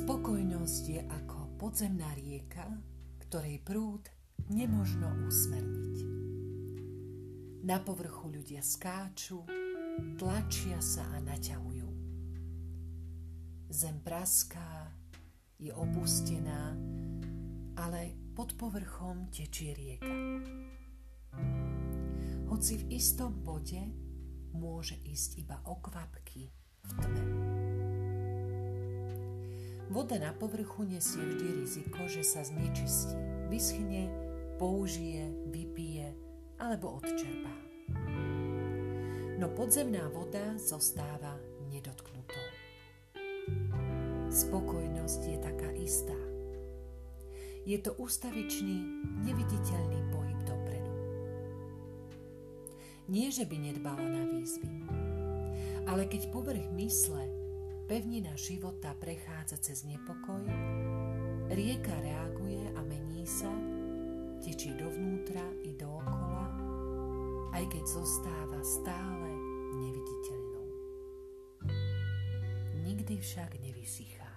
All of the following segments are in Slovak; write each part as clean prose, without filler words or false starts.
Spokojnosť je ako podzemná rieka, ktorej prúd nemožno usmerniť. Na povrchu ľudia skáču, tlačia sa a naťahujú. Zem praská, je opustená, ale pod povrchom tečie rieka. Hoci v istom bode môže ísť iba o kvapky v tme. Voda na povrchu nesie vždy riziko, že sa znečistí, vyschne, použije, vypije alebo odčerpá. No podzemná voda zostáva nedotknutou. Spokojnosť je taká istá. Je to ustavičný, neviditeľný pohyb dopredu. Nie, že by nedbala na výzvy, ale keď povrch mysle, pevnina života prechádza cez nepokoj, rieka reaguje a mení sa, tečie dovnútra i dookola, aj keď zostáva stále neviditeľnou. Nikdy však nevysychá.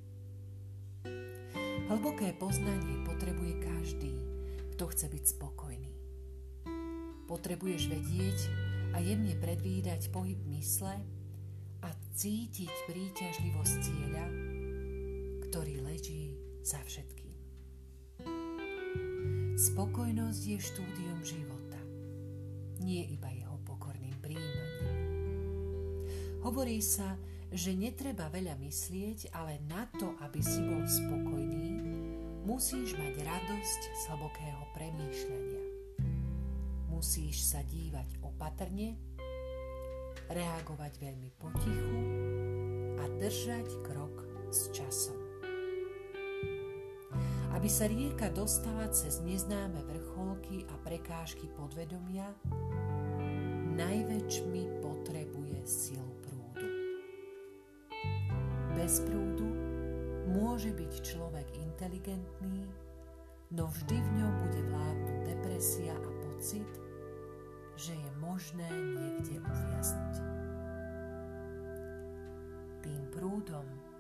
Hlboké poznanie potrebuje každý, kto chce byť spokojný. Potrebuješ vedieť a jemne predvídať pohyb mysle a cítiť príťažlivosť cieľa, ktorý leží za všetkým. Spokojnosť je štúdium života, nie iba jeho pokorným prijímaním. Hovorí sa, že netreba veľa myslieť, ale na to, aby si bol spokojný, musíš mať radosť z hlbokého premýšľania. Musíš sa dívať opatrne, reagovať veľmi potichu a držať krok s časom. Aby sa rieka dostala cez neznáme vrcholky a prekážky podvedomia, najväčšmi potrebuje silu prúdu. Bez prúdu môže byť človek inteligentný, no vždy v ňom bude vládnuť depresia a pocit, že je možné niekde uviaznuť. Tým prúdom